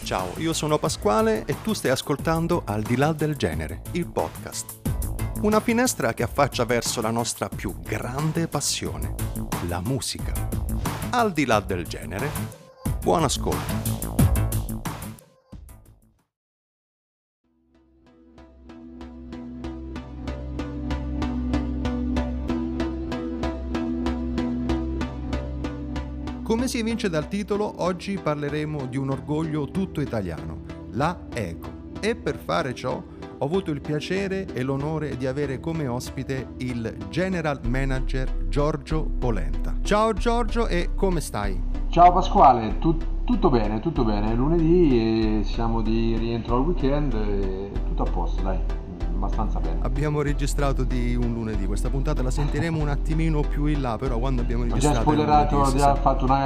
Ciao, io sono Pasquale e tu stai ascoltando Al di là del genere, il podcast. Una finestra che affaccia verso la nostra più grande passione, la musica. Al di là del genere, buon ascolto. Come si evince dal titolo, oggi parleremo di un orgoglio tutto italiano, la ECO. E per fare ciò ho avuto il piacere e l'onore di avere come ospite il General Manager Giorgio Polenta. Ciao Giorgio, e come stai? Ciao Pasquale, tutto bene, tutto bene. Lunedì siamo di rientro al weekend e tutto a posto, dai, abbastanza bene. Abbiamo registrato di un lunedì, questa puntata la sentiremo un attimino più in là, però quando abbiamo Ho già registrato spoilerato, ho già fatto un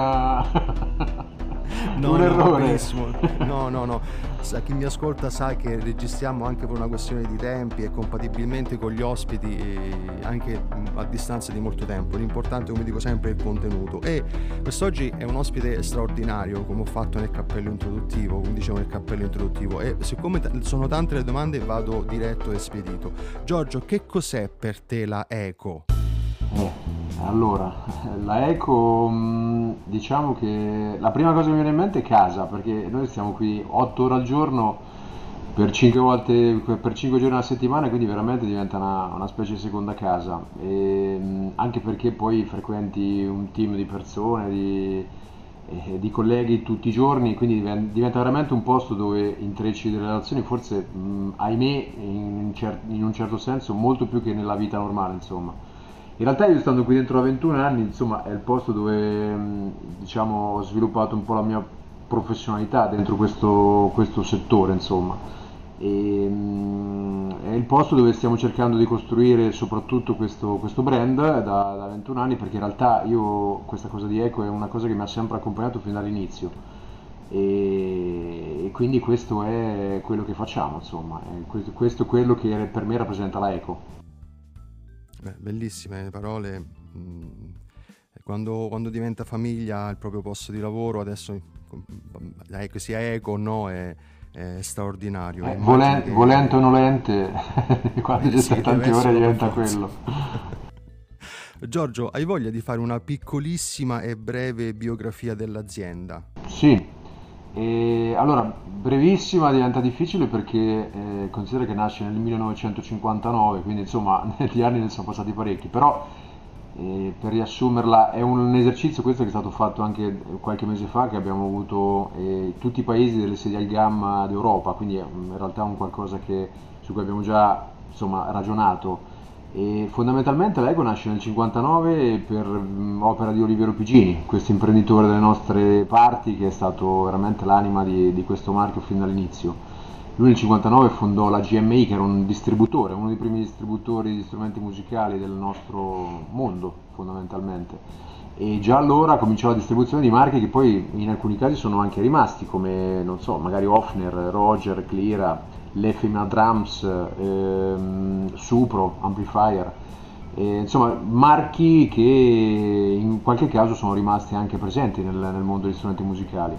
errore. Benissimo. No. Chi mi ascolta sa che registriamo anche per una questione di tempi e compatibilmente con gli ospiti, anche a distanza di molto tempo. L'importante, come dico sempre, è il contenuto. E quest'oggi è un ospite straordinario, come ho fatto nel cappello introduttivo, come dicevo nel cappello introduttivo. E siccome sono tante le domande, vado diretto e spedito. Giorgio, che cos'è per te la ECO? Allora, la Eco, diciamo che la prima cosa che mi viene in mente è casa, perché noi stiamo qui 8 ore al giorno per 5 giorni alla settimana, quindi veramente diventa una specie di seconda casa. Anche perché poi frequenti un team di persone, di colleghi tutti i giorni, quindi diventa veramente un posto dove intrecci delle relazioni, forse, ahimè, in un certo senso, molto più che nella vita normale, insomma. In realtà io stando qui dentro da 21 anni, insomma, è il posto dove, diciamo, ho sviluppato un po' la mia professionalità dentro questo settore, insomma. È il posto dove stiamo cercando di costruire soprattutto questo brand da 21 anni, perché in realtà questa cosa di Eco è una cosa che mi ha sempre accompagnato fin dall'inizio. E quindi questo è quello che facciamo, insomma, questo è quello che per me rappresenta la Eco. Beh, bellissime parole. Quando diventa famiglia il proprio posto di lavoro, adesso sia eco o no, è straordinario. Volente o nolente, quando ci stai tante ore diventa quello. Giorgio, hai voglia di fare una piccolissima e breve biografia dell'azienda? Sì, allora, brevissima diventa difficile perché considera che nasce nel 1959, quindi insomma negli anni ne sono passati parecchi, però per riassumerla è un esercizio questo che è stato fatto anche qualche mese fa, che abbiamo avuto tutti i paesi delle sedie al gamma d'Europa, quindi è in realtà un qualcosa su cui abbiamo già, insomma, ragionato. E fondamentalmente l'Ego nasce nel 59 per opera di Oliviero Pigini, questo imprenditore delle nostre parti che è stato veramente l'anima di questo marchio fin dall'inizio. Lui nel 59 fondò la GMI, che era un distributore, uno dei primi distributori di strumenti musicali del nostro mondo, fondamentalmente. E già allora cominciò la distribuzione di marchi che poi in alcuni casi sono anche rimasti, come, non so, magari Hofner, Roger, Clira, l'Efima Drums, Supro, Amplifier, insomma marchi che in qualche caso sono rimasti anche presenti nel mondo degli strumenti musicali.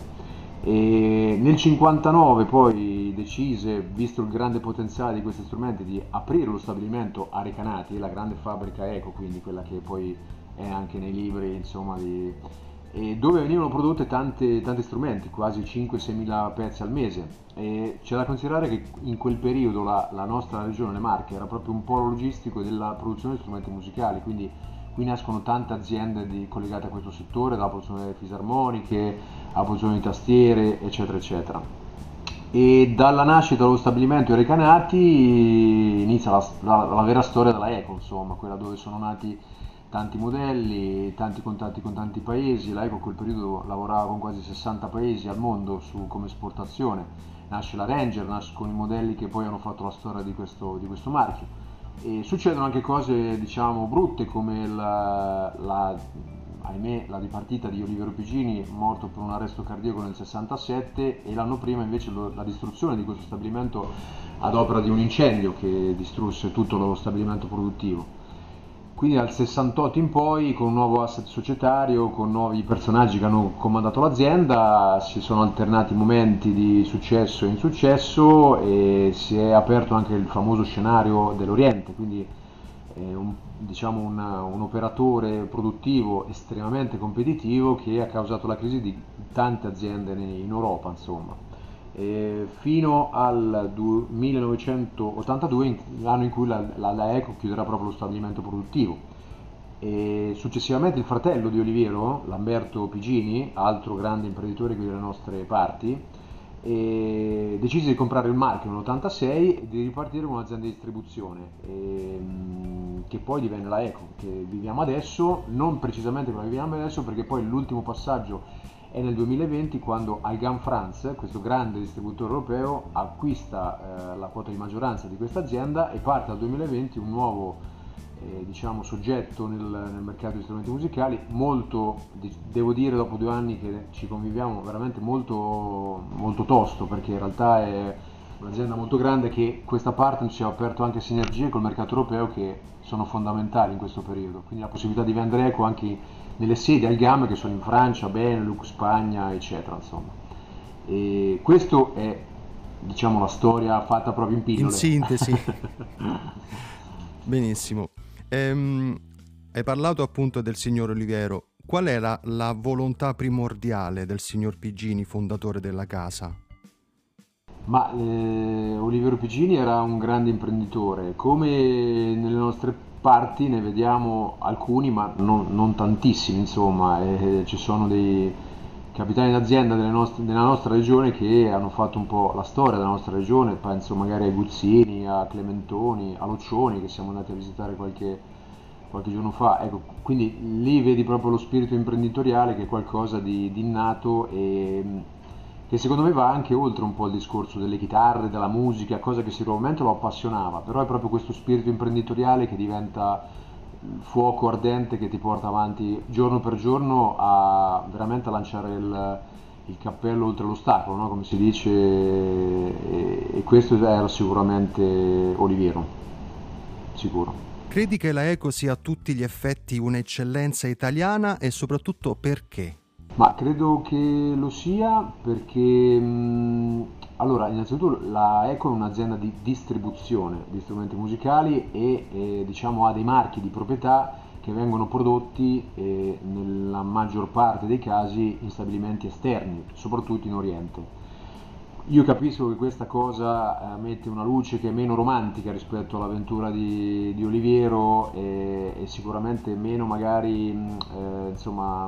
E nel 59 poi decise, visto il grande potenziale di questi strumenti, di aprire lo stabilimento a Recanati, la grande fabbrica Eco, quindi quella che poi è anche nei libri, insomma, dove venivano prodotte tanti strumenti, quasi 5-6 mila pezzi al mese. E c'è da considerare che in quel periodo la nostra regione, le Marche, era proprio un polo logistico della produzione di strumenti musicali, quindi qui nascono tante aziende collegate a questo settore, dalla produzione delle fisarmoniche, alla produzione di tastiere, eccetera, eccetera. E dalla nascita dello stabilimento ai Recanati inizia la vera storia della Eco, insomma, quella dove sono nati tanti modelli, tanti contatti con tanti paesi. La Eco in quel periodo lavorava con quasi 60 paesi al mondo come esportazione. Nasce la Ranger, nascono i modelli che poi hanno fatto la storia di questo marchio. E succedono anche cose, diciamo, brutte, come ahimè, la dipartita di Oliviero Pigini, morto per un arresto cardiaco nel 67, e l'anno prima invece la distruzione di questo stabilimento ad opera di un incendio che distrusse tutto lo stabilimento produttivo. quindi dal 68 in poi, con un nuovo asset societario, con nuovi personaggi che hanno comandato l'azienda, si sono alternati momenti di successo e insuccesso e si è aperto anche il famoso scenario dell'Oriente, quindi diciamo un operatore produttivo estremamente competitivo che ha causato la crisi di tante aziende in Europa, insomma. Fino al 1982, l'anno in cui la Eco chiuderà proprio lo stabilimento produttivo. E successivamente il fratello di Oliviero, Lamberto Pigini, altro grande imprenditore qui delle nostre parti, decise di comprare il marchio nell'86 e di ripartire con un'azienda di distribuzione, che poi divenne la Eco, che viviamo adesso, non precisamente come viviamo adesso, perché poi l'ultimo passaggio è nel 2020, quando Algan France, questo grande distributore europeo, acquista la quota di maggioranza di questa azienda e parte dal 2020 un nuovo diciamo, soggetto nel mercato di strumenti musicali, molto, devo dire, dopo 2 anni che ci conviviamo, veramente molto, molto tosto, perché in realtà è un'azienda molto grande, che questa parte ci ha aperto anche sinergie col mercato europeo che sono fondamentali in questo periodo, quindi la possibilità di vendere Eco anche nelle sedi Algam che sono in Francia, Benelux, Spagna, eccetera, insomma. E questo è, diciamo, la storia fatta proprio in In pillole. sintesi. Benissimo. Hai parlato appunto del signor Oliviero. Qual era la volontà primordiale del signor Pigini, fondatore della casa? Ma Oliviero Pigini era un grande imprenditore, come nelle nostre parti ne vediamo alcuni, ma non tantissimi, insomma, ci sono dei capitani d'azienda della nostra regione che hanno fatto un po' la storia della nostra regione, penso magari ai Guzzini, a Clementoni, a Loccioni, che siamo andati a visitare qualche giorno fa. Ecco, quindi lì vedi proprio lo spirito imprenditoriale, che è qualcosa di innato e che secondo me va anche oltre un po' il discorso delle chitarre, della musica, cosa che sicuramente lo appassionava, però è proprio questo spirito imprenditoriale che diventa il fuoco ardente che ti porta avanti giorno per giorno a veramente a lanciare il cappello oltre l'ostacolo, no? Come si dice, e questo era sicuramente Oliviero, sicuro. Credi che la Eco sia a tutti gli effetti un'eccellenza italiana e soprattutto perché? Ma credo che lo sia perché, allora, innanzitutto la Eco è un'azienda di distribuzione di strumenti musicali e, diciamo, ha dei marchi di proprietà che vengono prodotti nella maggior parte dei casi in stabilimenti esterni, soprattutto in Oriente. Io capisco che questa cosa mette una luce che è meno romantica rispetto all'avventura di Oliviero e sicuramente meno magari insomma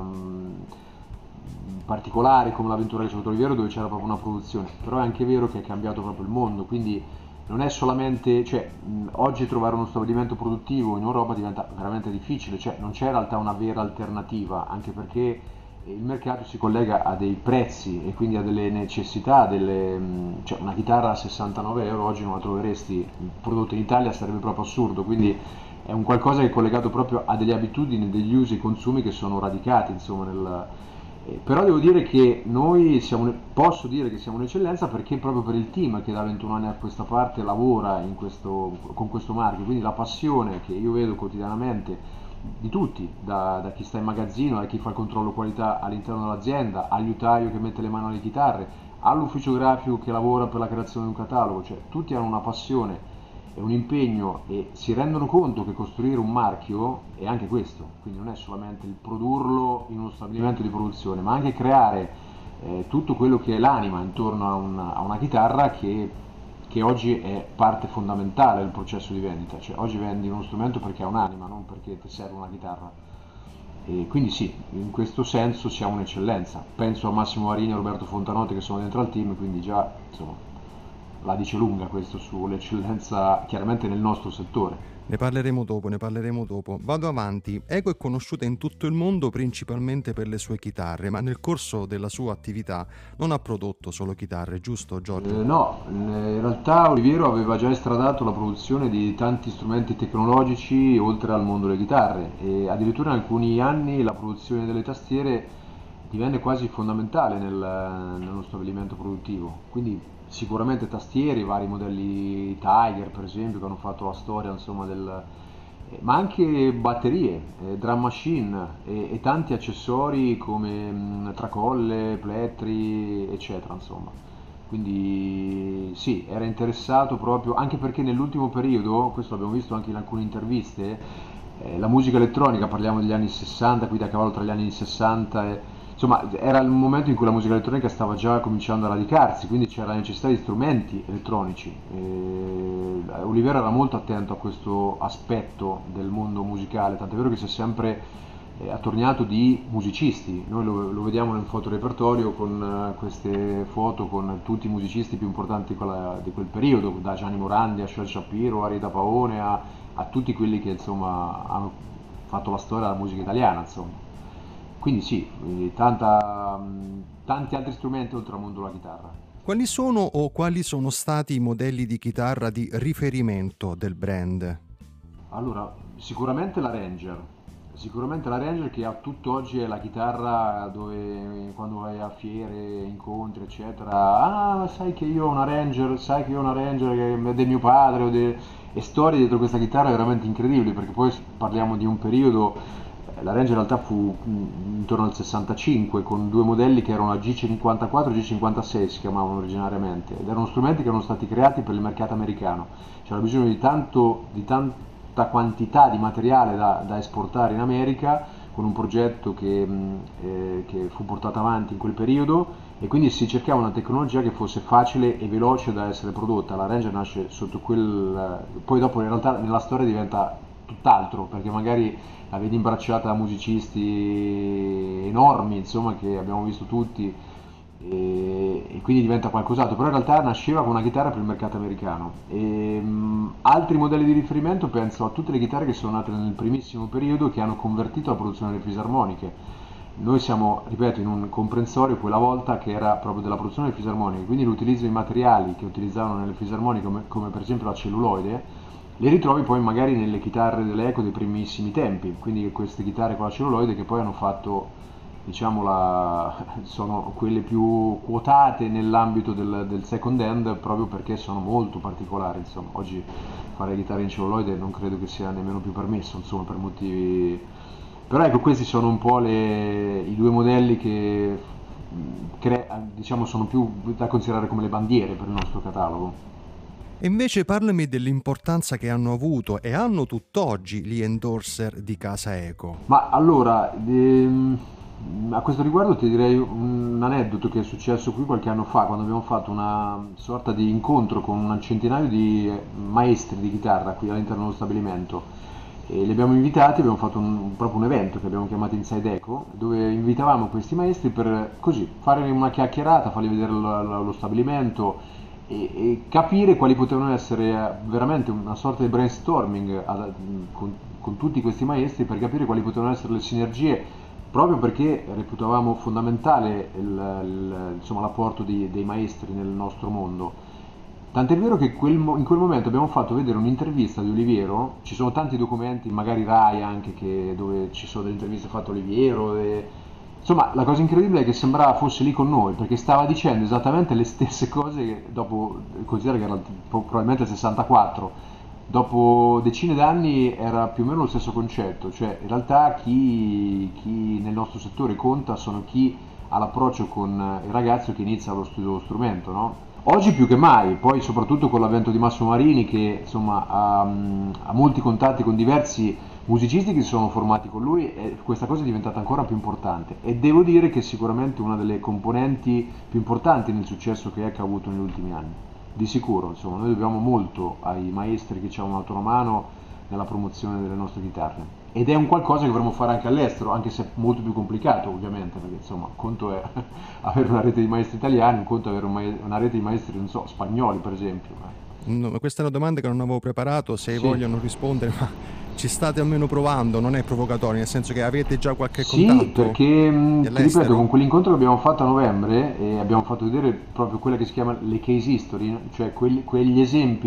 particolare come l'avventura di Sottoliviero, dove c'era proprio una produzione, però è anche vero che è cambiato proprio il mondo, quindi non è solamente, cioè oggi trovare uno stabilimento produttivo in Europa diventa veramente difficile, cioè non c'è in realtà una vera alternativa, anche perché il mercato si collega a dei prezzi e quindi a delle necessità, cioè una chitarra a 69 euro oggi non la troveresti prodotta in Italia, sarebbe proprio assurdo, quindi è un qualcosa che è collegato proprio a delle abitudini, degli usi e consumi che sono radicati, insomma, però devo dire che noi posso dire che siamo un'eccellenza perché proprio per il team che da 21 anni a questa parte lavora con questo marchio, quindi la passione che io vedo quotidianamente di tutti, da chi sta in magazzino, da chi fa il controllo qualità all'interno dell'azienda, all'aiutaio che mette le mani alle chitarre, all'ufficio grafico che lavora per la creazione di un catalogo, cioè tutti hanno una passione e un impegno e si rendono conto che costruire un marchio è anche questo, quindi non è solamente il produrlo in uno stabilimento di produzione, ma anche creare tutto quello che è l'anima intorno a una chitarra che oggi è parte fondamentale del processo di vendita, cioè oggi vendi uno strumento perché ha un'anima, non perché ti serve una chitarra. E quindi sì, in questo senso siamo un'eccellenza. Penso a Massimo Marini e Roberto Fontanotte che sono dentro al team, quindi già insomma la dice lunga questo sull'eccellenza chiaramente nel nostro settore. Ne parleremo dopo, ne parleremo dopo. Vado avanti. Eco è conosciuta in tutto il mondo principalmente per le sue chitarre, ma nel corso della sua attività non ha prodotto solo chitarre, giusto Giorgio? No, in realtà Oliviero aveva già estradato la produzione di tanti strumenti tecnologici oltre al mondo delle chitarre e addirittura in alcuni anni la produzione delle tastiere divenne quasi fondamentale nello stabilimento produttivo. Quindi sicuramente tastiere, i vari modelli Tiger per esempio che hanno fatto la storia insomma, ma anche batterie, drum machine e tanti accessori come tracolle, plettri, eccetera, insomma. Quindi sì, era interessato proprio, anche perché nell'ultimo periodo, questo l'abbiamo visto anche in alcune interviste, la musica elettronica, parliamo degli anni 60, qui da cavallo tra gli anni 60 insomma, era il momento in cui la musica elettronica stava già cominciando a radicarsi, quindi c'era la necessità di strumenti elettronici. Olivero era molto attento a questo aspetto del mondo musicale, tant'è vero che si è sempre attorniato di musicisti. Noi lo vediamo nel fotorepertorio con queste foto con tutti i musicisti più importanti di quel periodo, da Gianni Morandi a Shel Shapiro, a Rita Pavone, a tutti quelli che insomma hanno fatto la storia della musica italiana, insomma. Quindi sì, tanti altri strumenti oltre al mondo della chitarra. Quali sono o quali sono stati i modelli di chitarra di riferimento del brand? Allora, sicuramente la Ranger che a tutt'oggi è la chitarra dove quando vai a fiere, incontri, eccetera, sai che io ho una Ranger, sai che io ho una Ranger che è del mio padre, e storie dietro questa chitarra veramente incredibili, perché poi parliamo di un periodo. La Ranger in realtà fu intorno al 65 con due modelli che erano la G54 e G56 si chiamavano originariamente ed erano strumenti che erano stati creati per il mercato americano. C'era bisogno di tanta quantità di materiale da esportare in America con un progetto che fu portato avanti in quel periodo e quindi si cercava una tecnologia che fosse facile e veloce da essere prodotta. La Ranger nasce sotto poi dopo in realtà nella storia diventa tutt'altro perché magari la vedi imbracciata da musicisti enormi, insomma, che abbiamo visto tutti, e quindi diventa qualcos'altro, però in realtà nasceva con una chitarra per il mercato americano. Altri modelli di riferimento, penso a tutte le chitarre che sono nate nel primissimo periodo che hanno convertito la produzione delle fisarmoniche. Noi siamo, ripeto, in un comprensorio quella volta che era proprio della produzione delle fisarmoniche, quindi l'utilizzo di materiali che utilizzavano nelle fisarmoniche come per esempio la celluloide le ritrovi poi magari nelle chitarre delle Eco dei primissimi tempi, quindi queste chitarre con la celluloide che poi hanno fatto, diciamo, sono quelle più quotate nell'ambito del second hand proprio perché sono molto particolari, insomma. Oggi fare chitarre in celluloide non credo che sia nemmeno più permesso, insomma, per motivi. Però ecco, questi sono un po' i due modelli che diciamo sono più da considerare come le bandiere per il nostro catalogo. E invece parlami dell'importanza che hanno avuto e hanno tutt'oggi gli endorser di casa Eco. Ma allora, a questo riguardo ti direi un aneddoto che è successo qui qualche anno fa, quando abbiamo fatto una sorta di incontro con un centinaio di maestri di chitarra qui all'interno dello stabilimento. E li abbiamo invitati, abbiamo fatto proprio un evento che abbiamo chiamato Inside Eco, dove invitavamo questi maestri per così fare una chiacchierata, fargli vedere lo stabilimento e capire quali potevano essere veramente una sorta di brainstorming con tutti questi maestri per capire quali potevano essere le sinergie, proprio perché reputavamo fondamentale insomma, l'apporto dei maestri nel nostro mondo. Tant'è vero che in quel momento abbiamo fatto vedere un'intervista di Oliviero, ci sono tanti documenti, magari Rai anche, dove ci sono delle interviste fatte a Oliviero. Insomma, la cosa incredibile è che sembrava fosse lì con noi, perché stava dicendo esattamente le stesse cose che dopo, considera che era probabilmente il 64, dopo decine d'anni era più o meno lo stesso concetto, cioè in realtà chi nel nostro settore conta sono chi ha l'approccio con il ragazzo che inizia lo studio dello strumento, no? Oggi più che mai, poi soprattutto con l'avvento di Massimo Marini che insomma ha molti contatti con diversi musicisti che si sono formati con lui e questa cosa è diventata ancora più importante e devo dire che è sicuramente una delle componenti più importanti nel successo che Ecco ha avuto negli ultimi anni. Di sicuro, insomma, noi dobbiamo molto ai maestri che ci hanno dato una mano nella promozione delle nostre chitarre. Ed è un qualcosa che dovremmo fare anche all'estero, anche se è molto più complicato ovviamente, perché insomma un conto è avere una rete di maestri italiani, un conto è avere una rete di maestri, non so, spagnoli per esempio. No, questa è una domanda che non avevo preparato, se Sì. vogliono rispondere, ma ci state almeno provando, non è provocatorio, nel senso che avete già qualche Sì, contatto perché ti ripeto, dell'estero? con quell'incontro che abbiamo fatto a novembre abbiamo fatto vedere proprio quella che si chiama le case history, no? Cioè quegli esempi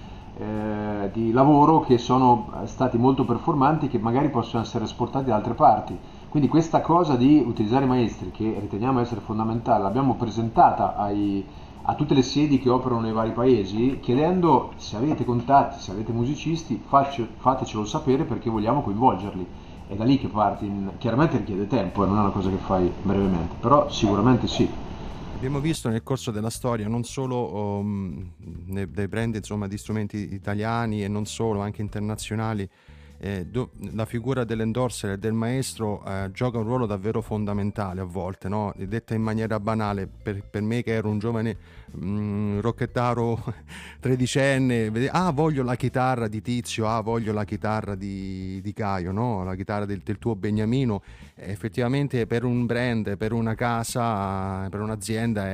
di lavoro che sono stati molto performanti che magari possono essere esportati da altre parti. Quindi questa cosa di utilizzare i maestri, che riteniamo essere fondamentale, l'abbiamo presentata a tutte le sedi che operano nei vari paesi, chiedendo se avete contatti, se avete musicisti, fatecelo sapere perché vogliamo coinvolgerli. È da lì che parti, chiaramente richiede tempo, non è una cosa che fai brevemente, però sicuramente sì. Abbiamo visto nel corso della storia non solo dei brand insomma, di strumenti italiani e non solo, anche internazionali, la figura dell'endorser e del maestro gioca un ruolo davvero fondamentale a volte, no? Detta in maniera banale, per me che ero un giovane rocchettaro tredicenne, voglio la chitarra di Tizio, voglio la chitarra di Caio, no? La chitarra del tuo Beniamino. Effettivamente per un brand, per una casa, per un'azienda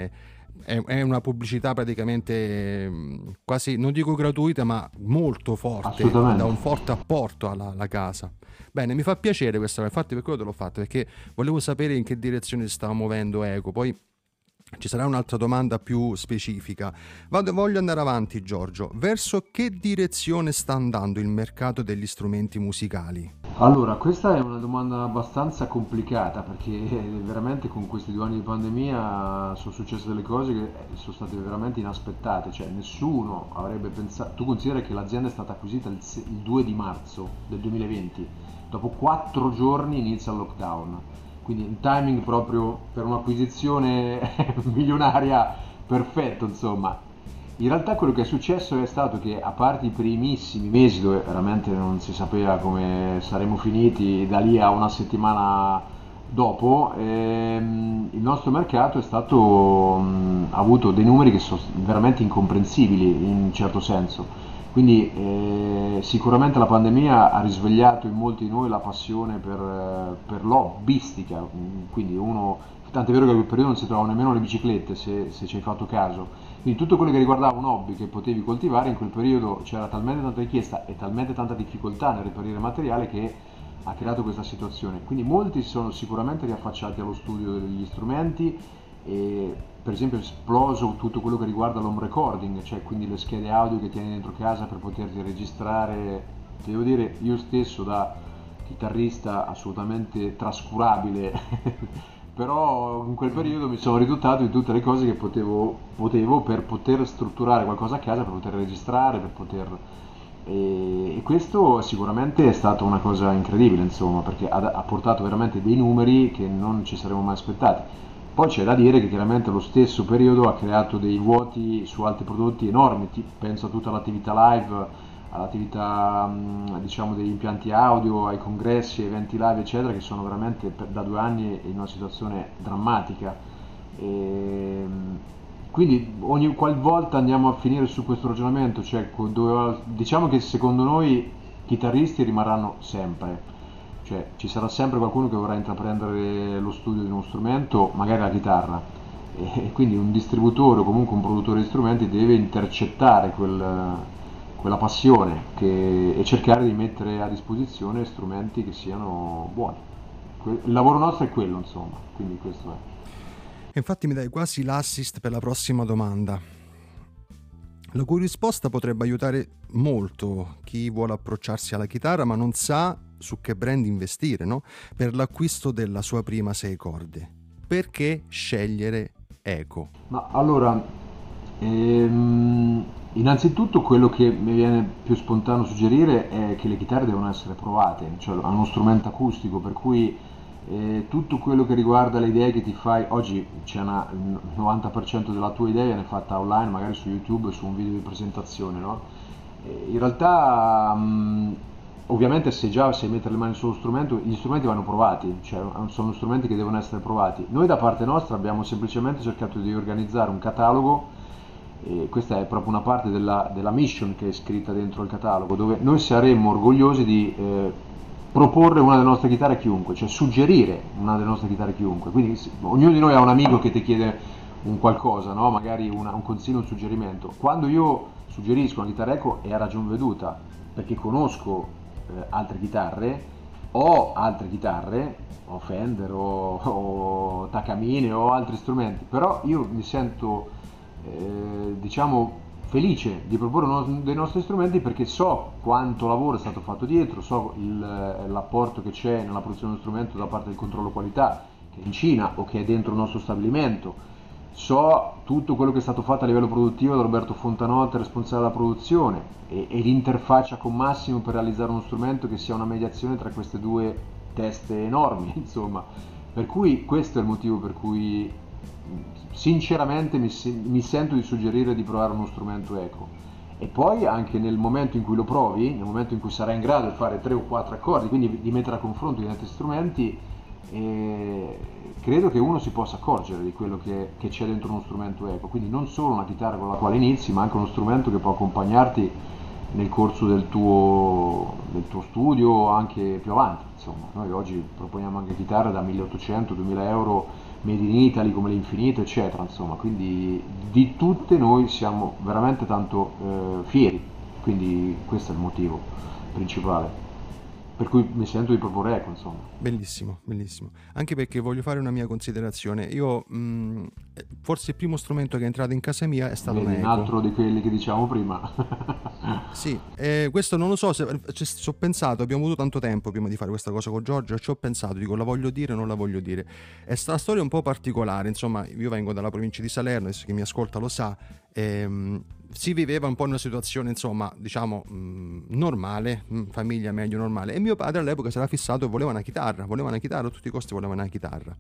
è una pubblicità praticamente quasi, non dico gratuita, ma molto forte, da un forte apporto alla casa. Bene, mi fa piacere questa, infatti per quello te l'ho fatto, perché volevo sapere in che direzione si stava muovendo Eco. Poi ci sarà un'altra domanda più specifica. Voglio andare avanti, Giorgio. Verso che direzione sta andando il mercato degli strumenti musicali? Allora, questa è una domanda abbastanza complicata perché veramente con questi 2 anni di pandemia sono successe delle cose che sono state veramente inaspettate, cioè nessuno avrebbe pensato. Tu considera che l'azienda è stata acquisita il 2 di marzo del 2020, dopo 4 giorni inizia il lockdown, quindi un timing proprio per un'acquisizione milionaria perfetto, insomma. In realtà quello che è successo è stato che, a parte i primissimi mesi dove veramente non si sapeva come saremmo finiti, da lì a una settimana dopo, il nostro mercato ha avuto dei numeri che sono veramente incomprensibili in un certo senso. Quindi sicuramente la pandemia ha risvegliato in molti di noi la passione per l'hobbistica, quindi tant'è vero che in quel periodo non si trovavano nemmeno le biciclette, se ci hai fatto caso. Quindi tutto quello che riguardava un hobby che potevi coltivare, in quel periodo c'era talmente tanta richiesta e talmente tanta difficoltà nel reperire materiale che ha creato questa situazione. Quindi molti si sono sicuramente riaffacciati allo studio degli strumenti e per esempio è esploso tutto quello che riguarda l'home recording, cioè quindi le schede audio che tieni dentro casa per poterti registrare. Ti devo dire, io stesso da chitarrista assolutamente trascurabile però in quel periodo mi sono ridottato di tutte le cose che potevo per poter strutturare qualcosa a casa, per poter registrare, e questo sicuramente è stata una cosa incredibile, insomma, perché ha portato veramente dei numeri che non ci saremmo mai aspettati. Poi c'è da dire che chiaramente lo stesso periodo ha creato dei vuoti su altri prodotti enormi, penso a tutta l'attività live, all'attività diciamo degli impianti audio, ai congressi, eventi live eccetera, che sono veramente da 2 anni in una situazione drammatica. E quindi ogni qualvolta andiamo a finire su questo ragionamento, cioè diciamo che secondo noi i chitarristi rimarranno sempre, cioè ci sarà sempre qualcuno che vorrà intraprendere lo studio di uno strumento, magari la chitarra, e quindi un distributore o comunque un produttore di strumenti deve intercettare quella passione e cercare di mettere a disposizione strumenti che siano buoni. Il lavoro nostro è quello, insomma, quindi questo è. Infatti mi dai quasi l'assist per la prossima domanda, la cui risposta potrebbe aiutare molto chi vuole approcciarsi alla chitarra ma non sa su che brand investire, no? Per l'acquisto della sua prima 6 corde. Perché scegliere Eco? Ma allora, innanzitutto quello che mi viene più spontaneo suggerire è che le chitarre devono essere provate, cioè ha uno strumento acustico, per cui tutto quello che riguarda le idee che ti fai, oggi c'è il 90% della tua idea viene fatta online, magari su YouTube, su un video di presentazione, no? In realtà ovviamente se già sai mettere le mani sullo strumento, gli strumenti vanno provati, cioè sono strumenti che devono essere provati. Noi da parte nostra abbiamo semplicemente cercato di organizzare un catalogo, e questa è proprio una parte della mission che è scritta dentro il catalogo, dove noi saremmo orgogliosi di proporre una delle nostre chitarre a chiunque, cioè suggerire una delle nostre chitarre a chiunque. Quindi ognuno di noi ha un amico che ti chiede un qualcosa, no? Magari un consiglio, un suggerimento. Quando io suggerisco una chitarra Eco è a ragion veduta, perché conosco altre chitarre, ho altre chitarre, ho Fender o Takamine o altri strumenti, però io mi sento diciamo felice di proporre uno dei nostri strumenti perché so quanto lavoro è stato fatto dietro, so l'apporto che c'è nella produzione dello strumento da parte del controllo qualità che è in Cina o che è dentro il nostro stabilimento, so tutto quello che è stato fatto a livello produttivo da Roberto Fontanotte, responsabile della produzione, e l'interfaccia con Massimo per realizzare uno strumento che sia una mediazione tra queste due teste enormi, insomma. Per cui questo è il motivo per cui sinceramente mi sento di suggerire di provare uno strumento eco. E poi anche nel momento in cui lo provi, nel momento in cui sarai in grado di fare 3 o 4 accordi, quindi di mettere a confronto di altri strumenti, e credo che uno si possa accorgere di quello che c'è dentro uno strumento eco, quindi non solo una chitarra con la quale inizi, ma anche uno strumento che può accompagnarti nel corso del tuo studio o anche più avanti. Insomma, noi oggi proponiamo anche chitarre da 1800-2000 euro, made in Italy come l'Infinito, eccetera, insomma, quindi di tutte noi siamo veramente tanto fieri, quindi questo è il motivo principale per cui mi sento di proporre eco, insomma. Bellissimo, bellissimo. Anche perché voglio fare una mia considerazione. Io, forse il primo strumento che è entrato in casa mia è stato Vedi, una un Eco. altro di quelli che dicevamo prima. Sì, questo non lo so, ci ho pensato, abbiamo avuto tanto tempo prima di fare questa cosa con Giorgio e ci ho pensato, dico la voglio dire o non la voglio dire. La storia è un po' particolare, insomma, io vengo dalla provincia di Salerno, adesso chi mi ascolta lo sa, si viveva un po' in una situazione, insomma, diciamo, normale, famiglia medio normale, e mio padre all'epoca si era fissato e voleva una chitarra, a tutti i costi voleva una chitarra.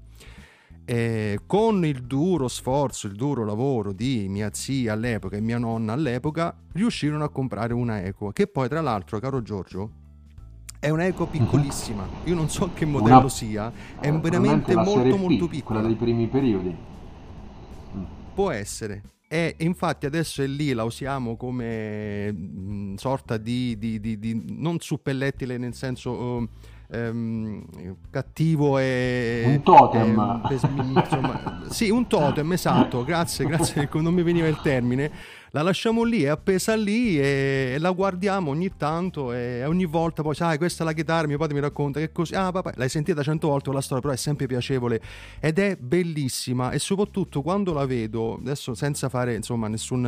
E con il duro sforzo, il duro lavoro di mia zia all'epoca e mia nonna all'epoca, riuscirono a comprare una Eco, che poi tra l'altro, caro Giorgio, è una Eco piccolissima. Io non so che modello Una, sia, è probabilmente veramente la serie molto molto P, quella piccola. dei primi periodi. Mm. Può essere. E infatti adesso è lì, la usiamo come sorta non suppellettile nel senso cattivo Un totem. insomma, sì, un totem, esatto, grazie, grazie, non mi veniva il termine. La lasciamo lì, è appesa lì e la guardiamo ogni tanto e ogni volta poi, sai, questa è la chitarra, mio padre mi racconta che così, ah papà, l'hai sentita 100 volte la storia, però è sempre piacevole ed è bellissima, e soprattutto quando la vedo, adesso senza fare insomma nessun,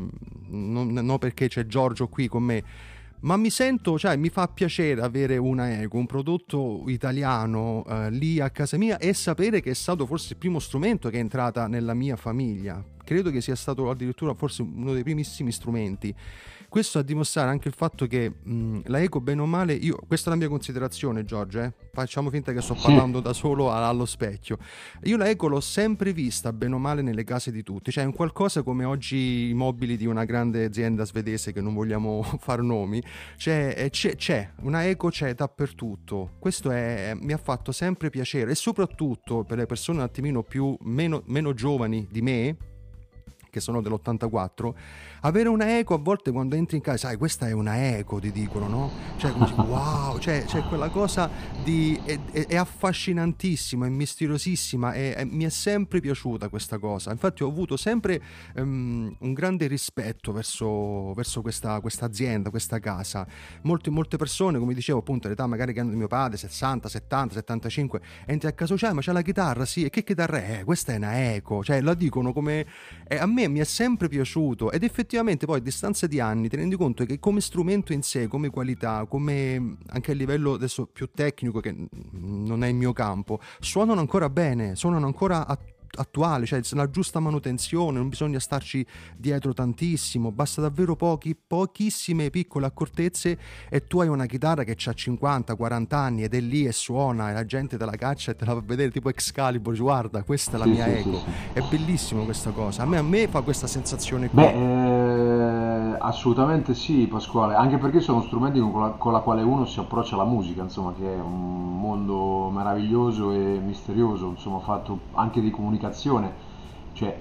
no, perché c'è Giorgio qui con me, ma mi sento, cioè mi fa piacere avere una Eco, un prodotto italiano lì a casa mia, e sapere che è stato forse il primo strumento che è entrata nella mia famiglia. Credo che sia stato addirittura forse uno dei primissimi strumenti. Questo a dimostrare anche il fatto che la Eco, bene o male, io, questa è la mia considerazione, Giorgio, facciamo finta che sto Sì. parlando da solo allo specchio. Io la Eco l'ho sempre vista bene o male nelle case di tutti, cioè è un qualcosa come oggi i mobili di una grande azienda svedese che non vogliamo far nomi, cioè c'è una Eco, c'è dappertutto. Questo mi ha fatto sempre piacere, e soprattutto per le persone un attimino meno giovani di me, che sono dell'84, avere una Eco a volte quando entri in casa, sai, questa è una Eco, ti dicono, no? Cioè, come dici, wow, cioè, c'è quella cosa è affascinantissima, è misteriosissima, mi è sempre piaciuta questa cosa. Infatti ho avuto sempre un grande rispetto verso questa azienda, questa casa. Molte persone, come dicevo appunto, all'età magari che hanno di mio padre, 60, 70, 75, entri a casa, cioè, ma c'è la chitarra, sì, e che chitarra è? Questa è una Eco, cioè la dicono come... a me mi è sempre piaciuto, ed effettivamente poi a distanza di anni ti rendi conto che come strumento in sé, come qualità, come anche a livello adesso più tecnico, che non è il mio campo, suonano ancora bene, suonano ancora attuali, cioè la giusta manutenzione, non bisogna starci dietro tantissimo, basta davvero pochissime piccole accortezze e tu hai una chitarra che ha 50-40 anni ed è lì e suona, e la gente te la caccia e te la fa vedere tipo Excalibur, guarda, questa è la Sì, mia sì, sì, Eco. sì. È bellissimo questa cosa, a me fa questa sensazione Beh, qui. assolutamente sì, Pasquale, anche perché sono strumenti con la quale uno si approccia alla musica, insomma, che è un mondo meraviglioso e misterioso, insomma, fatto anche di comunicazione. Cioè,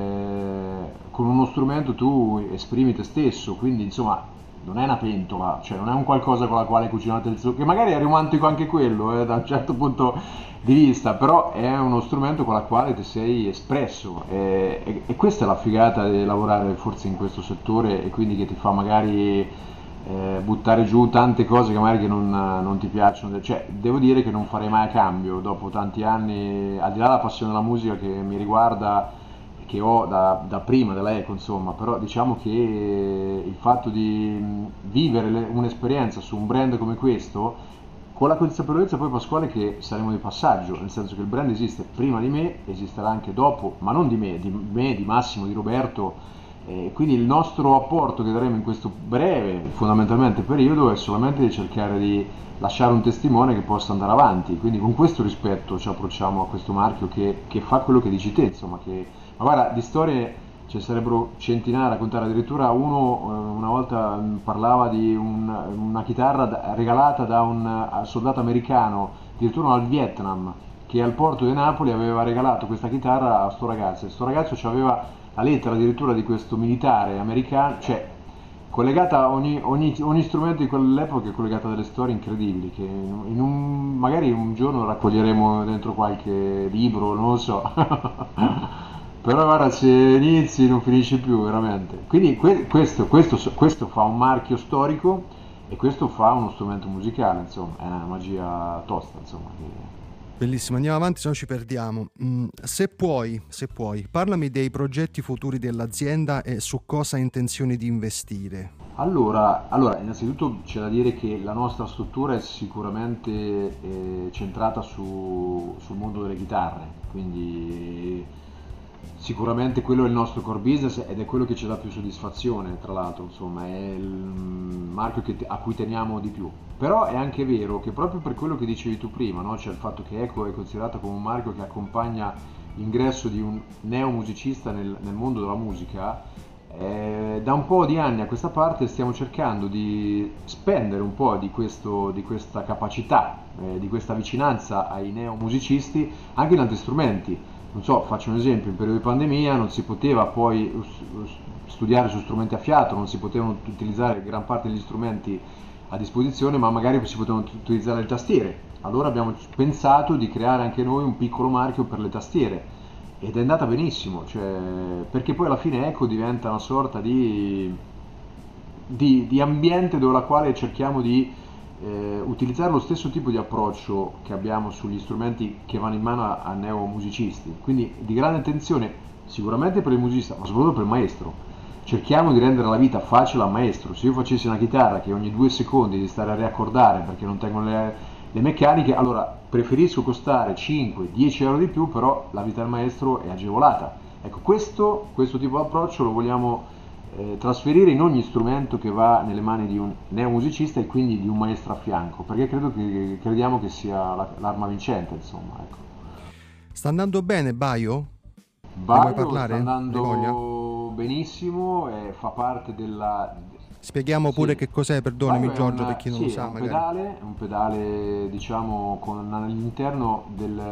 con uno strumento tu esprimi te stesso, quindi insomma non è una pentola, cioè non è un qualcosa con la quale cucinate il suo, che magari è romantico anche quello, da un certo punto di vista, però è uno strumento con la quale ti sei espresso, e questa è la figata di lavorare forse in questo settore, e quindi che ti fa magari buttare giù tante cose che magari che non ti piacciono. Cioè, devo dire che non farei mai a cambio dopo tanti anni, al di là della passione della musica che mi riguarda, che ho da prima della Eco, insomma, però diciamo che il fatto di vivere un'esperienza su un brand come questo con la consapevolezza poi, Pasquale, che saremo di passaggio, nel senso che il brand esiste prima di me, esisterà anche dopo, ma non di me, di Massimo, di Roberto. Quindi il nostro apporto che daremo in questo breve, fondamentalmente, periodo è solamente di cercare di lasciare un testimone che possa andare avanti. Quindi con questo rispetto ci approcciamo a questo marchio che fa quello che dici te, insomma, ma guarda, di storie ce ne sarebbero centinaia da raccontare. Addirittura uno una volta parlava di una chitarra regalata da un soldato americano, addirittura al Vietnam, che al porto di Napoli aveva regalato questa chitarra a sto ragazzo. E sto ragazzo aveva la lettera addirittura di questo militare americano, cioè collegata a ogni strumento di quell'epoca, è collegata a delle storie incredibili che magari un giorno raccoglieremo dentro qualche libro, non lo so. Però guarda, se inizi non finisci più veramente. Quindi questo fa un marchio storico e questo fa uno strumento musicale, insomma, è una magia tosta, insomma. Bellissimo, andiamo avanti, se no ci perdiamo. Se puoi, parlami dei progetti futuri dell'azienda e su cosa hai intenzione di investire. Allora, innanzitutto c'è da dire che la nostra struttura è sicuramente centrata sul mondo delle chitarre, quindi sicuramente quello è il nostro core business ed è quello che ci dà più soddisfazione, tra l'altro, insomma, è il marchio a cui teniamo di più. Però è anche vero che proprio per quello che dicevi tu prima, no? Cioè il fatto che Eco è considerato come un marchio che accompagna l'ingresso di un neomusicista nel mondo della musica, da un po' di anni a questa parte stiamo cercando di spendere un po' di questa capacità, di questa vicinanza ai neomusicisti anche in altri strumenti. Non so, faccio un esempio: in periodo di pandemia non si poteva poi studiare su strumenti a fiato, non si potevano utilizzare gran parte degli strumenti a disposizione, ma magari si potevano utilizzare le tastiere. Allora abbiamo pensato di creare anche noi un piccolo marchio per le tastiere ed è andata benissimo, cioè, perché poi alla fine Eco diventa una sorta di ambiente dove la quale cerchiamo di utilizzare lo stesso tipo di approccio che abbiamo sugli strumenti che vanno in mano a neomusicisti, quindi di grande attenzione sicuramente per il musicista, ma soprattutto per il maestro. Cerchiamo di rendere la vita facile al maestro. Se io facessi una chitarra che ogni 2 secondi devi stare a riaccordare perché non tengo le meccaniche, allora preferisco costare 5-10 euro di più, però la vita del maestro è agevolata. Ecco, questo tipo di approccio lo vogliamo trasferire in ogni strumento che va nelle mani di un neomusicista e quindi di un maestro a fianco, perché crediamo che sia l'arma vincente, insomma, ecco. Sta andando bene Baio? Ne vuoi Baio sta parlare? Hai voglia? andando benissimo e fa parte della... Spieghiamo pure Sì, che cos'è, perdonami Baio Giorgio, per chi non lo sì, sa magari. è un pedale, diciamo, con all'interno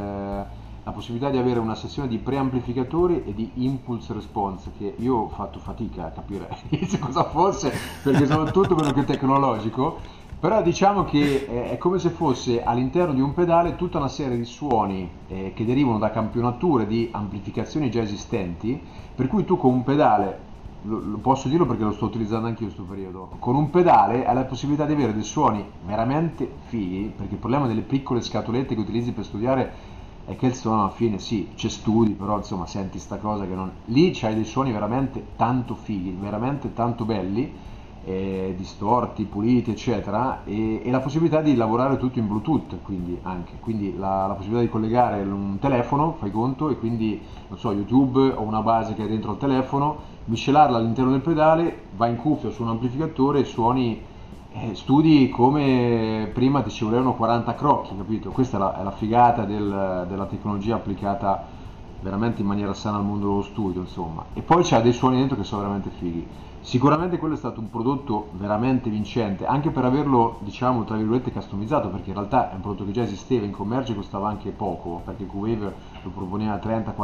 la possibilità di avere una sessione di preamplificatori e di impulse response, che io ho fatto fatica a capire cosa fosse, perché sono tutto quello che è tecnologico, però diciamo che è come se fosse all'interno di un pedale tutta una serie di suoni che derivano da campionature di amplificazioni già esistenti, per cui tu con un pedale, lo posso dirlo perché lo sto utilizzando anche io in questo periodo, con un pedale hai la possibilità di avere dei suoni veramente fighi, perché il problema delle piccole scatolette che utilizzi per studiare è che il suono alla fine sì, c'è studi, però insomma senti sta cosa che non... Lì c'hai dei suoni veramente tanto fighi, veramente tanto belli, distorti, puliti, eccetera, e la possibilità di lavorare tutto in Bluetooth, quindi la possibilità di collegare un telefono, fai conto, e quindi, non so, YouTube o una base che è dentro al telefono, miscelarla all'interno del pedale, va in cuffia su un amplificatore e suoni studi come prima ti ci volevano 40 crocchi, capito? Questa è la figata della tecnologia applicata veramente in maniera sana al mondo dello studio, insomma. E poi c'ha dei suoni dentro che sono veramente fighi. Sicuramente quello è stato un prodotto veramente vincente, anche per averlo, diciamo, tra virgolette, customizzato, perché in realtà è un prodotto che già esisteva in commercio e costava anche poco, perché Q-Wave lo proponeva a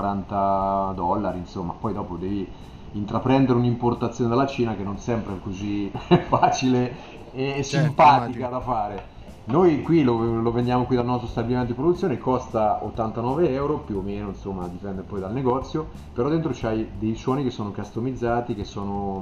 30-40 dollari, insomma, poi dopo devi intraprendere un'importazione dalla Cina che non sempre è così facile e Certo, simpatica immagino. da fare. Noi qui lo vendiamo qui dal nostro stabilimento di produzione, costa 89 euro più o meno, insomma dipende poi dal negozio, però dentro c'hai dei suoni che sono customizzati, che sono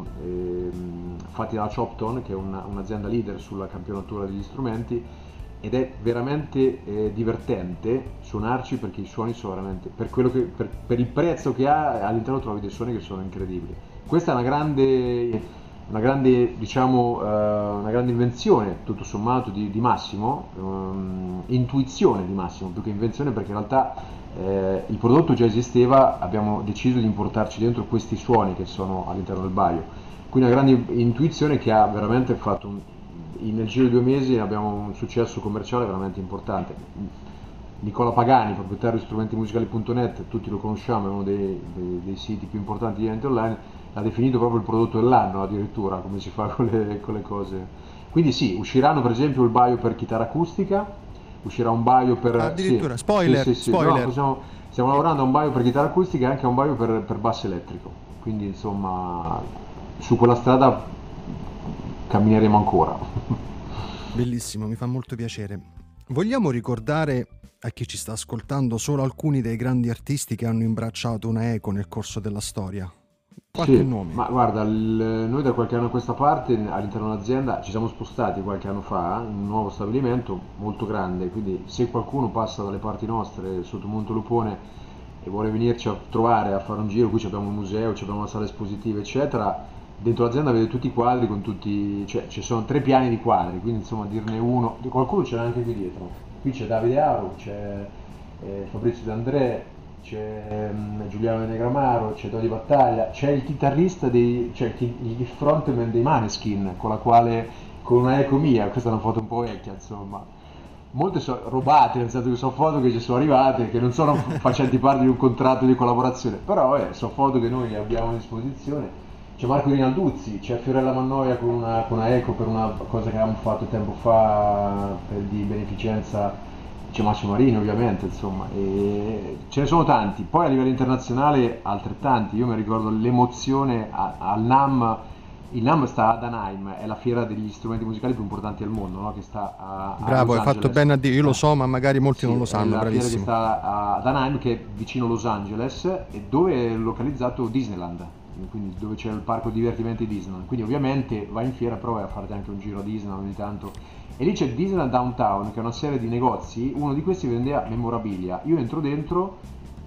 fatti dalla Chopton, che è un'azienda leader sulla campionatura degli strumenti, ed è veramente divertente suonarci perché i suoni sono veramente, per il prezzo che ha, all'interno trovi dei suoni che sono incredibili. Questa è una grande una grande, diciamo, una grande invenzione, tutto sommato, di Massimo, intuizione di Massimo, più che invenzione, perché in realtà il prodotto già esisteva, abbiamo deciso di importarci dentro questi suoni che sono all'interno del Baio. Quindi una grande intuizione che ha veramente fatto nel giro di 2 mesi abbiamo un successo commerciale veramente importante. Nicola Pagani, proprietario di strumentimusicali.net, tutti lo conosciamo, è uno dei siti più importanti di eventi online, l'ha definito proprio il prodotto dell'anno addirittura, come si fa con le cose. Quindi sì, usciranno per esempio il Baio per chitarra acustica, uscirà un Baio per... Sì, Addirittura, sì, spoiler, sì, sì, no, spoiler. stiamo lavorando a un Baio per chitarra acustica e anche a un Baio per basso elettrico, quindi insomma su quella strada cammineremo ancora. Bellissimo, mi fa molto piacere. Vogliamo ricordare a chi ci sta ascoltando solo alcuni dei grandi artisti che hanno imbracciato una eco nel corso della storia? Qualche Sì, nome? ma guarda, noi da qualche anno a questa parte all'interno dell'azienda ci siamo spostati qualche anno fa in un nuovo stabilimento molto grande, quindi se qualcuno passa dalle parti nostre sotto Montelupone e vuole venirci a trovare, a fare un giro, qui abbiamo un museo, abbiamo una sala espositiva, eccetera, dentro l'azienda vede tutti i quadri con tutti, cioè ci sono 3 piani di quadri, quindi insomma dirne uno, qualcuno ce l'ha anche qui dietro. Qui c'è Davide Aro, c'è Fabrizio De André, c'è Giuliano Negramaro, c'è Dodi Battaglia, c'è il chitarrista cioè il frontman dei Maneskin, con una eco mia, questa è una foto un po' vecchia, insomma. Molte sono rubate, nel senso che sono foto che ci sono arrivate, che non sono facenti parte di un contratto di collaborazione, però sono foto che noi abbiamo a disposizione. C'è Marco Rinalduzzi, c'è Fiorella Mannoia con una eco per una cosa che avevamo fatto tempo fa di beneficenza, c'è Massimo Marini ovviamente, insomma, e ce ne sono tanti. Poi a livello internazionale altrettanti, io mi ricordo l'emozione al NAMM, il NAMM sta ad Anaheim, è la fiera degli strumenti musicali più importanti al mondo, no? Che sta a Bravo, Los hai fatto Angeles. bene a dire, io lo so, ma magari molti non Sì, lo è sanno, la fiera che bravissimo. sta ad Anaheim, che è vicino Los Angeles, e dove è localizzato Disneyland, quindi dove c'è il parco divertimenti Disneyland. Quindi ovviamente vai in fiera, però vai a farti anche un giro a Disneyland ogni tanto. E lì c'è Disneyland Downtown, che è una serie di negozi, uno di questi vendeva memorabilia. Io entro dentro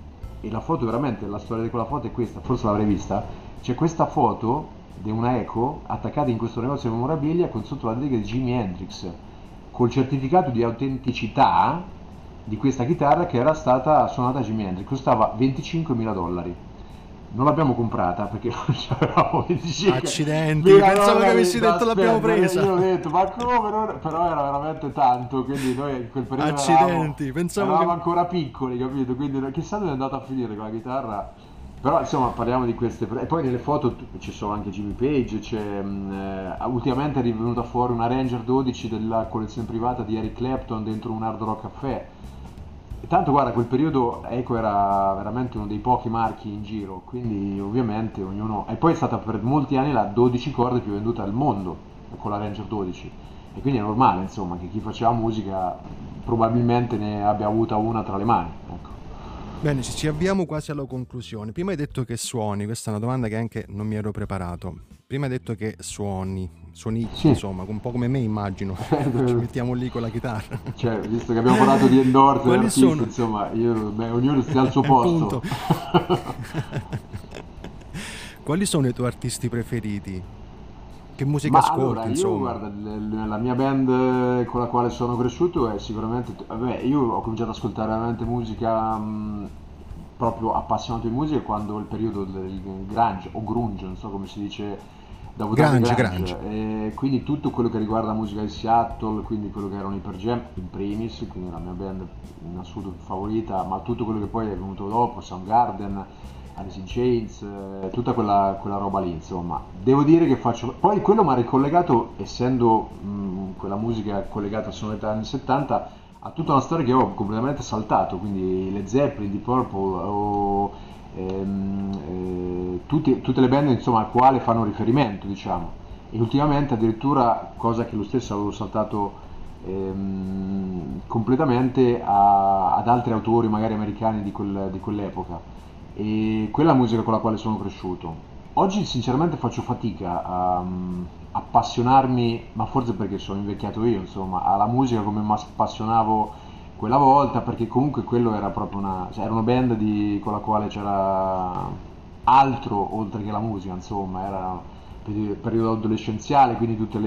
e la foto veramente, la storia di quella foto è questa, forse l'avrei vista. C'è questa foto di una eco attaccata in questo negozio di memorabilia con sotto la dedica di Jimi Hendrix, col certificato di autenticità di questa chitarra che era stata suonata a Jimi Hendrix, costava $25.000. Non l'abbiamo comprata perché non c'avevamo 25. Accidenti, Mira, pensavo no, che avessi no, detto l'abbiamo aspetta, presa. io ho detto ma come però era veramente tanto, quindi noi in quel periodo Accidenti, pensavo eravamo che... ancora piccoli, capito? Quindi chissà dove è andata a finire con la chitarra. Però insomma parliamo di queste. E poi nelle foto ci sono anche Jimmy Page, ultimamente è rivenuta fuori una Ranger 12 della collezione privata di Eric Clapton dentro un Hard Rock Café. E tanto guarda, quel periodo Eco era veramente uno dei pochi marchi in giro, quindi ovviamente ognuno... E poi è stata per molti anni la 12 corde più venduta al mondo, con la Ranger 12. E quindi è normale insomma che chi faceva musica probabilmente ne abbia avuta una tra le mani, ecco. Bene, ci avviamo quasi alla conclusione. Prima hai detto che suoni, questa è una domanda che anche non mi ero preparato. Prima hai detto che suonicchi, Sì. insomma, un po' come me immagino. Ci mettiamo lì con la chitarra. Cioè, visto che abbiamo parlato di endorse e Quali artisti, sono? insomma, ognuno sta al suo posto. Appunto. Quali sono i tuoi artisti preferiti? Che musica Ma allora, ascolti, io insomma? guarda, la mia band con la quale sono cresciuto è sicuramente, vabbè, io ho cominciato ad ascoltare veramente musica, proprio appassionato di musica quando il periodo del grunge o grunge, non so come si dice, da votare Grunge, grunge, grunge. e quindi tutto quello che riguarda la musica di Seattle, quindi quello che erano i Pearl Jam in primis, quindi la mia band in assoluto favorita, ma tutto quello che poi è venuto dopo, Soundgarden, Alice in Chains, tutta quella roba lì, insomma. Devo dire che faccio... Poi quello mi ha ricollegato, essendo quella musica collegata alla sonorità anni 70, a tutta una storia che ho completamente saltato, quindi le Zeppelin, Deep Purple, o tutte le band insomma al quale fanno riferimento, diciamo. E ultimamente addirittura, cosa che lo stesso avevo saltato completamente, ad altri autori magari americani di quell'epoca, e quella è la musica con la quale sono cresciuto. Oggi sinceramente faccio fatica a appassionarmi, ma forse perché sono invecchiato io, insomma, alla musica come mi appassionavo quella volta, perché comunque quello era proprio cioè, era una band con la quale c'era altro oltre che la musica, insomma, era periodo adolescenziale, quindi tutte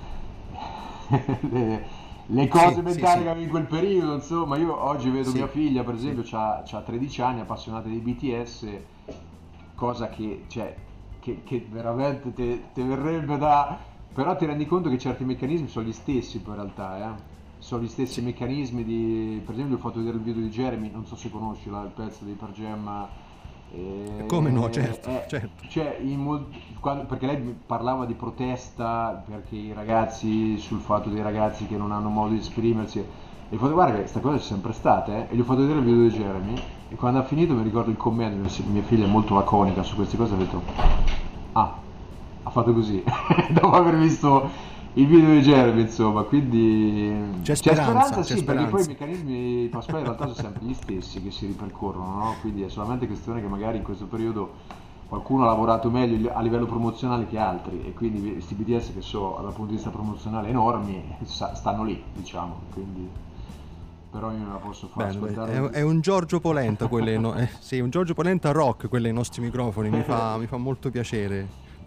le cose mentali che avevo in quel periodo, insomma. Io oggi vedo mia figlia, per esempio, c'ha 13 anni, appassionata di BTS, cosa che, cioè, che veramente te verrebbe da... Però ti rendi conto che certi meccanismi sono gli stessi poi in realtà, sono gli stessi meccanismi di... Per esempio, ho fatto vedere il video di Jeremy, non so se conosci il pezzo di Per Jam. Come no, certo. Cioè, perché lei parlava di protesta, perché i ragazzi, sul fatto dei ragazzi che non hanno modo di esprimersi, e gli ho fatto guarda che questa cosa c'è sempre stata, e gli ho fatto vedere il video di Jeremy, e quando ha finito mi ricordo il commento, mia figlia è molto laconica su queste cose, ha detto ah, ha fatto così dopo aver visto il video di Jeremy, insomma. Quindi c'è speranza, sì, perché poi i meccanismi Pasquale in realtà sono sempre gli stessi che si ripercorrono, no? Quindi è solamente questione che magari in questo periodo qualcuno ha lavorato meglio a livello promozionale che altri, e quindi questi BTS che sono dal punto di vista promozionale enormi stanno lì, diciamo, quindi però io non la posso fare ascoltare. È un Giorgio Polenta sì, un Giorgio Polenta rock quello ai nostri microfoni, mi fa molto piacere,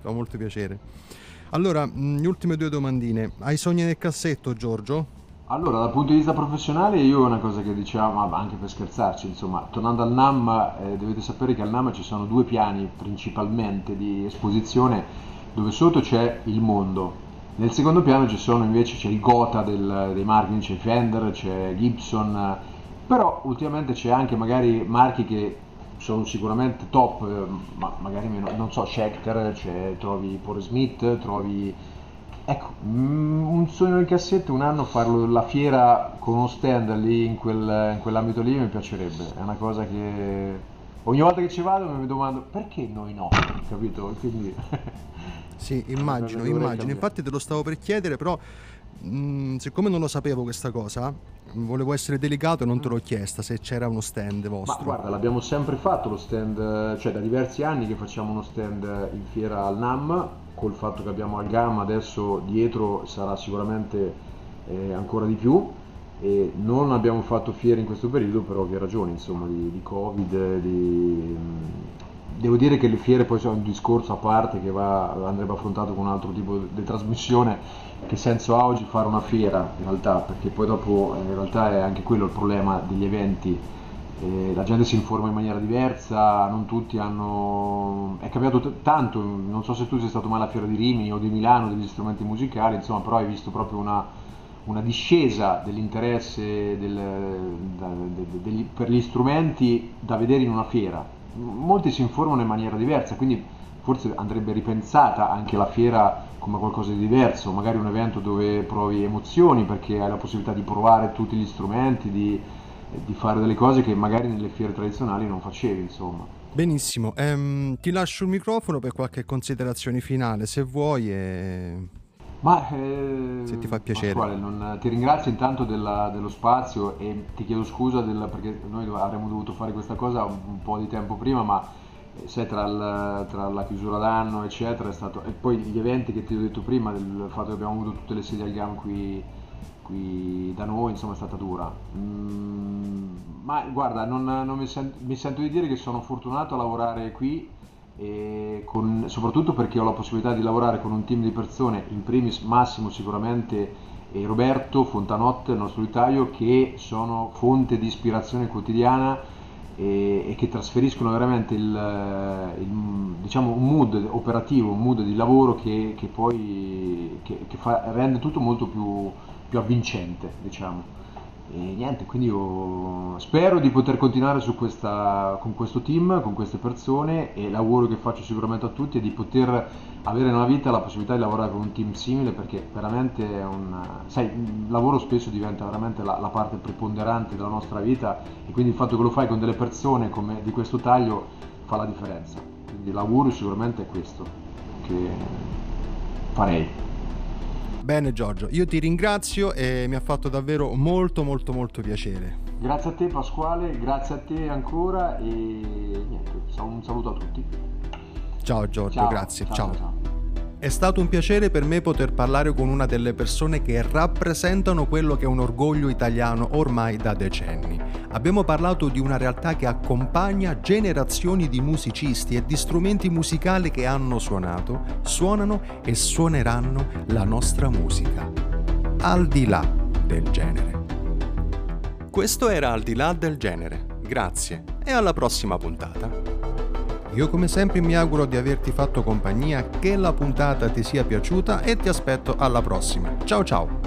Allora, le ultime due domandine. Hai sogni nel cassetto, Giorgio? Allora, dal punto di vista professionale, io una cosa che diciamo, ma anche per scherzarci, insomma, tornando al NAM, dovete sapere che al NAM ci sono due piani principalmente di esposizione, dove sotto c'è il mondo. Nel secondo piano c'è il Gotha dei marchi, c'è Fender, c'è Gibson, però ultimamente c'è anche magari marchi che sono sicuramente top, ma magari meno, non so, Schecter, trovi Paul Smith, trovi... Ecco, un sogno nel cassetto, un anno farlo la fiera con uno stand lì in quell'ambito lì mi piacerebbe, è una cosa che ogni volta che ci vado mi domando perché noi no, capito? Quindi... Sì, immagino, infatti te lo stavo per chiedere, però siccome non lo sapevo questa cosa, volevo essere delicato e non te l'ho chiesta se c'era uno stand vostro. Ma guarda, l'abbiamo sempre fatto lo stand, cioè da diversi anni che facciamo uno stand in fiera al NAM, col fatto che abbiamo al Gamma, adesso dietro sarà sicuramente ancora di più, e non abbiamo fatto fiere in questo periodo per ovvie ragioni, insomma, di Covid, Devo dire che le fiere poi sono un discorso a parte che andrebbe affrontato con un altro tipo di trasmissione. Che senso ha oggi fare una fiera in realtà? Perché poi dopo in realtà è anche quello il problema degli eventi. La gente si informa in maniera diversa, non tutti hanno... È cambiato tanto, non so se tu sei stato mai alla fiera di Rimini o di Milano degli strumenti musicali, insomma, però hai visto proprio una discesa dell'interesse per gli strumenti da vedere in una fiera. Molti si informano in maniera diversa, quindi forse andrebbe ripensata anche la fiera come qualcosa di diverso, magari un evento dove provi emozioni perché hai la possibilità di provare tutti gli strumenti, di fare delle cose che magari nelle fiere tradizionali non facevi, insomma. Benissimo, ti lascio il microfono per qualche considerazione finale, se vuoi, se ti fa piacere. Pasquale, ti ringrazio intanto dello spazio e ti chiedo scusa perché noi avremmo dovuto fare questa cosa un po' di tempo prima, ma sai, tra la chiusura d'anno eccetera è stato, e poi gli eventi che ti ho detto prima, del fatto che abbiamo avuto tutte le sedie al GAM qui da noi, insomma, è stata dura. Ma guarda, mi sento di dire che sono fortunato a lavorare qui, soprattutto perché ho la possibilità di lavorare con un team di persone, in primis Massimo sicuramente e Roberto Fontanotte, il nostro notaio, che sono fonte di ispirazione quotidiana e che trasferiscono veramente diciamo un mood operativo, un mood di lavoro che poi rende tutto molto più avvincente, diciamo. E niente, quindi io spero di poter continuare con questo team, con queste persone, e l'augurio che faccio sicuramente a tutti è di poter avere nella vita la possibilità di lavorare con un team simile, perché veramente sai, il lavoro spesso diventa veramente la parte preponderante della nostra vita, e quindi il fatto che lo fai con delle persone come di questo taglio fa la differenza. Quindi l'augurio sicuramente è questo che farei. Bene Giorgio, io ti ringrazio e mi ha fatto davvero molto molto molto piacere. Grazie a te Pasquale, grazie a te ancora, e niente, un saluto a tutti. Ciao Giorgio, grazie, ciao. È stato un piacere per me poter parlare con una delle persone che rappresentano quello che è un orgoglio italiano ormai da decenni. Abbiamo parlato di una realtà che accompagna generazioni di musicisti e di strumenti musicali che hanno suonato, suonano e suoneranno la nostra musica, al di là del genere. Questo era Al di là del genere. Grazie e alla prossima puntata. Io come sempre mi auguro di averti fatto compagnia, che la puntata ti sia piaciuta e ti aspetto alla prossima. Ciao ciao!